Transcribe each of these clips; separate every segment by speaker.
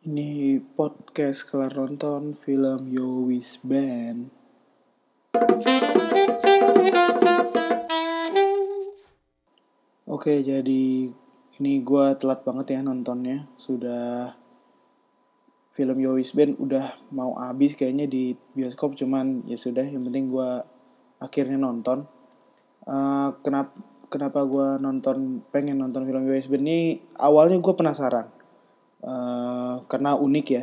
Speaker 1: Ini podcast kelar nonton film Yo Wis Band. Oke, jadi ini gue telat banget ya nontonnya. Sudah film Yo Wis Band udah mau habis kayaknya di bioskop, cuman ya sudah. Yang penting gue akhirnya nonton. Kenapa kenapa gue pengen nonton film Yo Wis Band ini? Awalnya gue penasaran. Karena unik ya.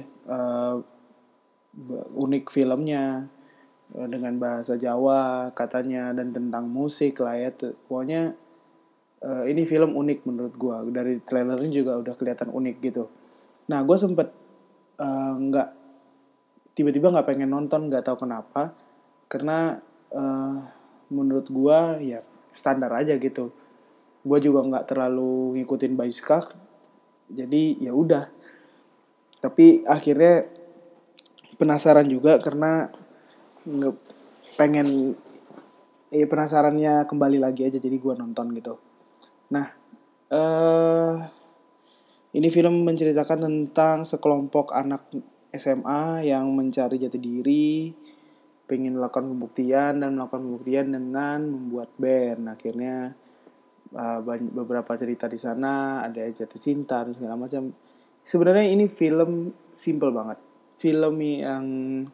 Speaker 1: Unik filmnya dengan bahasa Jawa katanya dan tentang musik lah ya. Pokoknya ini film unik menurut gue. Dari trailernya juga udah kelihatan unik gitu. Nah, gue sempet nggak tiba-tiba nggak pengen nonton, nggak tahu kenapa. Karena menurut gue ya standar aja gitu. Gue juga nggak terlalu ngikutin Baiskak, jadi ya udah. Tapi akhirnya penasaran juga karena pengen penasarannya kembali lagi aja, jadi gue nonton gitu. Nah, ini film menceritakan tentang sekelompok anak SMA yang mencari jati diri, pengen melakukan pembuktian dengan membuat band. Akhirnya beberapa cerita di sana, ada jatuh cinta dan segala macam. Sebenarnya ini film simple banget. Film yang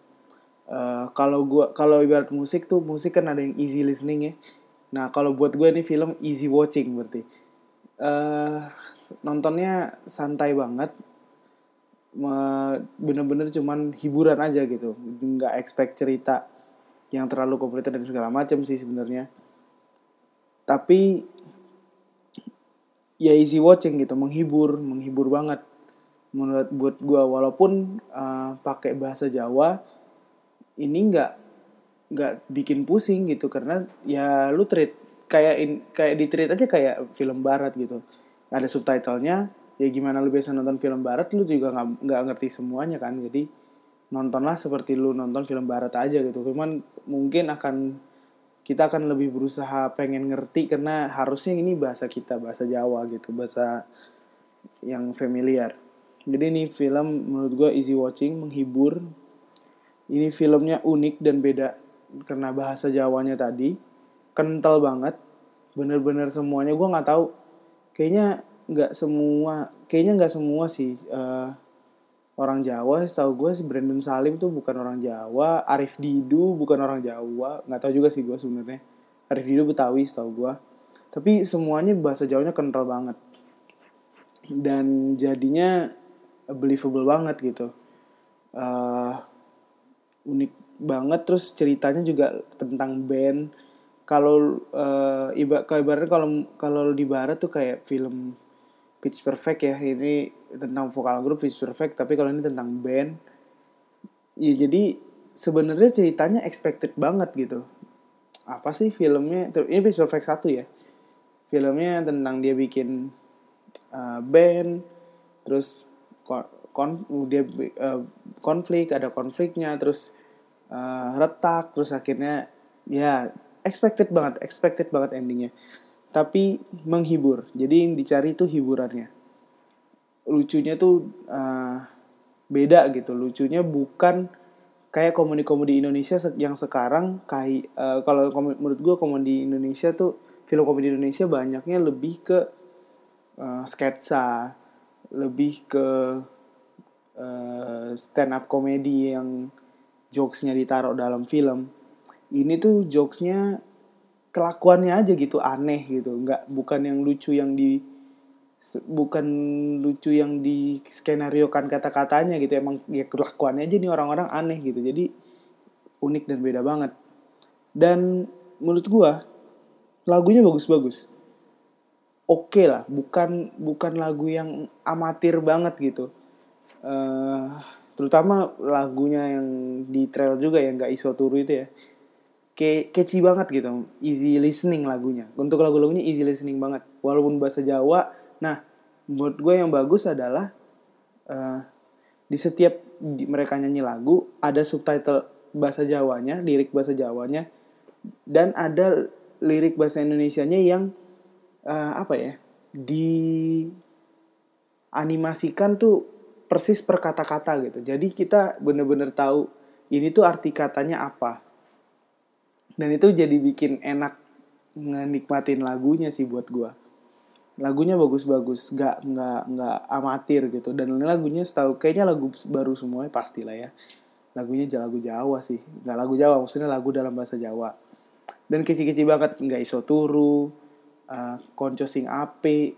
Speaker 1: kalau ibarat musik kan ada yang easy listening ya. Nah, kalau buat gue ini film easy watching berarti. Nontonnya santai banget, bener-bener cuman hiburan aja gitu, nggak expect cerita yang terlalu kompleks dan segala macam sih sebenarnya. Tapi ya easy watching gitu, menghibur banget buat gue. Walaupun pakai bahasa Jawa, ini nggak bikin pusing gitu, karena ya lu treat kayak di treat aja kayak film barat gitu. Ada subtitlenya, ya gimana lu biasa nonton film barat, lu juga nggak ngerti semuanya kan. Jadi nontonlah seperti lu nonton film barat aja gitu. Cuman mungkin kita akan lebih berusaha pengen ngerti, karena harusnya ini bahasa kita, bahasa Jawa gitu, bahasa yang familiar. Jadi ini film menurut gue easy watching, menghibur. Ini filmnya unik dan beda karena bahasa Jawanya tadi kental banget, bener-bener semuanya. Gue nggak tahu, kayaknya nggak semua sih orang Jawa. Setahu gue si Brandon Salim tuh bukan orang Jawa, Arif Didu bukan orang Jawa, nggak tahu juga sih gue sebenarnya. Arif Didu Betawi setahu gue, tapi semuanya bahasa Jawanya kental banget dan jadinya believable banget gitu. uh, Unik banget. Terus ceritanya juga tentang band. Kalau ibaratnya kalau kalau di barat tuh kayak film Pitch Perfect ya, ini tentang vokal grup Pitch Perfect, tapi kalau ini tentang band. Ya jadi sebenarnya ceritanya expected banget gitu. Apa sih filmnya? Ini Pitch Perfect 1 ya. Filmnya tentang dia bikin band, terus dia ada konfliknya, terus retak, terus akhirnya ya expected banget endingnya, tapi menghibur. Jadi yang dicari tuh hiburannya, lucunya tuh beda gitu. Lucunya bukan kayak komedi-komedi Indonesia yang sekarang. Kayak kalau menurut gue komedi Indonesia tuh, film komedi Indonesia banyaknya lebih ke sketsa, lebih ke stand up komedi yang jokesnya ditaruh dalam film. Ini tuh jokesnya kelakuannya aja gitu aneh gitu, bukan yang lucu di skenario kan kata-katanya gitu. Emang ya kelakuannya aja nih orang-orang aneh gitu. Jadi unik dan beda banget. Dan menurut gua lagunya bagus-bagus, oke lah, bukan lagu yang amatir banget gitu. Terutama lagunya yang di trail juga yang gak isoturu itu ya, catchy banget gitu, easy listening lagunya. Untuk lagu-lagunya easy listening banget walaupun bahasa Jawa. Nah, menurut gue yang bagus adalah di setiap mereka nyanyi lagu ada subtitle bahasa Jawanya, lirik bahasa Jawanya, dan ada lirik bahasa Indonesianya yang apa ya, di animasikan tuh persis per kata-kata gitu. Jadi kita bener-bener tahu ini tuh arti katanya apa. Dan itu jadi bikin enak ngenikmatin lagunya sih buat gua. Lagunya bagus-bagus, nggak amatir gitu. Dan ini lagunya setahu kayaknya lagu baru semuanya pastilah ya. Lagunya lagu Jawa sih, nggak lagu Jawa, maksudnya lagu dalam bahasa Jawa. Dan kece-kece banget, nggak iso turu, konco sing ape,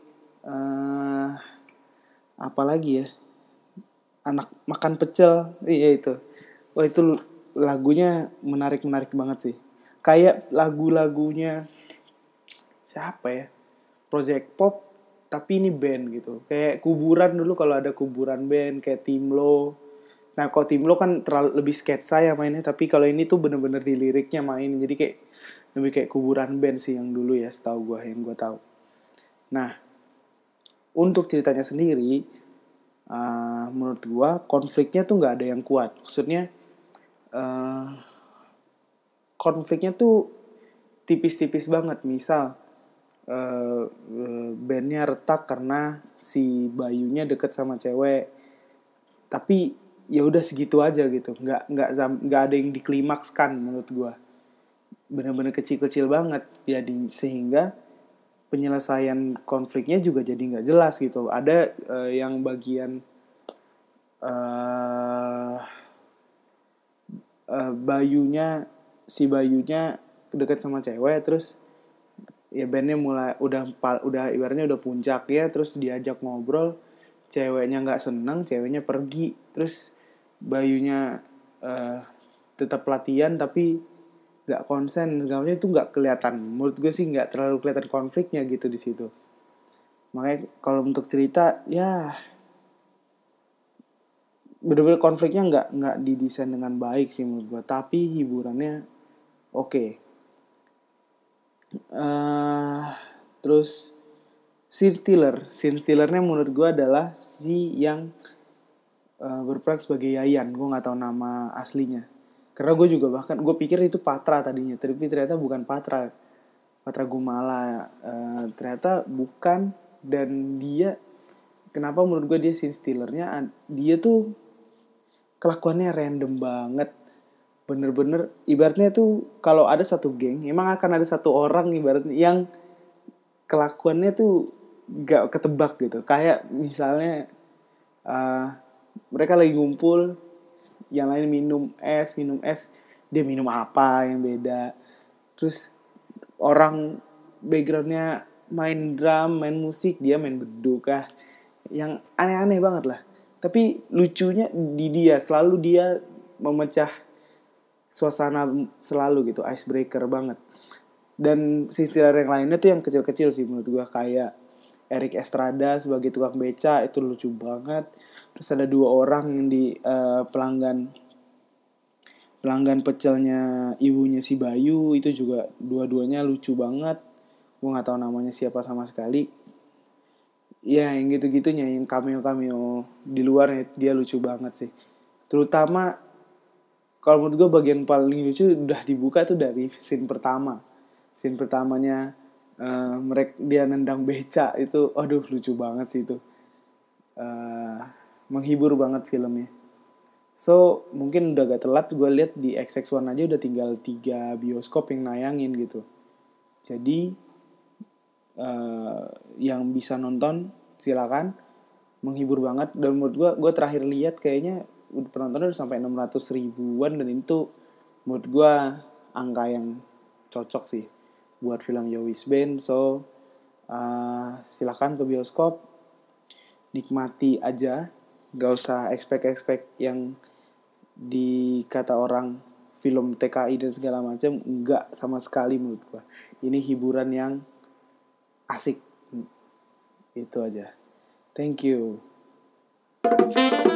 Speaker 1: apa lagi ya, anak makan pecel, iya itu. Wah itu lagunya menarik banget sih. Kayak lagu-lagunya siapa ya? Project Pop tapi ini band gitu. Kayak kuburan dulu kalau ada kuburan band kayak Timlo. Nah kalau Timlo kan terlalu lebih sketsa ya mainnya, tapi kalau ini tuh bener-bener di liriknya main. Jadi kayak lebih kayak kuburan band sih yang dulu ya, setahu gue yang gue tahu. Nah untuk ceritanya sendiri, menurut gue konfliknya tuh nggak ada yang kuat. Maksudnya konfliknya tuh tipis-tipis banget. Misal bandnya retak karena si Bayunya deket sama cewek, tapi ya udah segitu aja gitu, nggak ada yang diklimakskan menurut gue, benar-benar kecil-kecil banget. Jadi sehingga penyelesaian konfliknya juga jadi nggak jelas gitu. Ada yang bagian si Bayunya deket sama cewek, terus ya bandnya mulai udah ibaratnya udah puncak ya, terus diajak ngobrol, ceweknya nggak seneng, ceweknya pergi, terus Bayunya tetap latihan tapi nggak konsen, segalanya itu nggak kelihatan. Menurut gue sih nggak terlalu kelihatan konfliknya gitu di situ. Makanya kalau untuk cerita ya bener-bener konfliknya nggak didesain dengan baik sih menurut gue, tapi hiburannya oke. Terus scene stealernya menurut gue adalah si yang berperan sebagai Yayan. Gue nggak tahu nama aslinya karena gue juga bahkan gue pikir itu Patra tadinya, tapi ternyata bukan Patra Gumala. Ternyata bukan. Dan dia, kenapa menurut gue dia scene stealernya, dia tuh kelakuannya random banget, bener-bener ibaratnya tuh kalau ada satu geng emang akan ada satu orang ibaratnya yang kelakuannya tuh gak ketebak gitu. Kayak misalnya mereka lagi ngumpul, yang lain minum es, dia minum apa yang beda. Terus orang backgroundnya main drum, main musik, dia main beduk kah, yang aneh-aneh banget lah. Tapi lucunya di dia, selalu dia memecah suasana selalu gitu, icebreaker banget. Dan sisi yang lainnya tuh yang kecil-kecil sih menurut gue, kayak Eric Estrada sebagai tukang beca itu lucu banget. Terus ada 2 orang yang di pelanggan pecelnya ibunya si Bayu, itu juga dua-duanya lucu banget. Gue nggak tahu namanya siapa sama sekali. Ya yang gitu-gitunya, yang cameo di luarnya dia lucu banget sih. Terutama kalau menurut gue bagian paling lucu udah dibuka tuh dari scene pertama. Scene pertamanya mereka dia nendang beca itu, aduh lucu banget sih itu. Menghibur banget filmnya. So mungkin udah gak telat, gue lihat di XX1 aja udah tinggal 3 bioskop yang nayangin gitu. Jadi yang bisa nonton silakan, menghibur banget. Dan menurut gue terakhir lihat kayaknya penontonnya udah sampai 600 ribuan, dan itu menurut gue angka yang cocok sih buat film Yowis Band. So silakan ke bioskop, nikmati aja, gak usah expect yang dikata orang film TKI dan segala macam. Enggak sama sekali menurut gue. Ini hiburan yang asik. Itu aja. Thank you.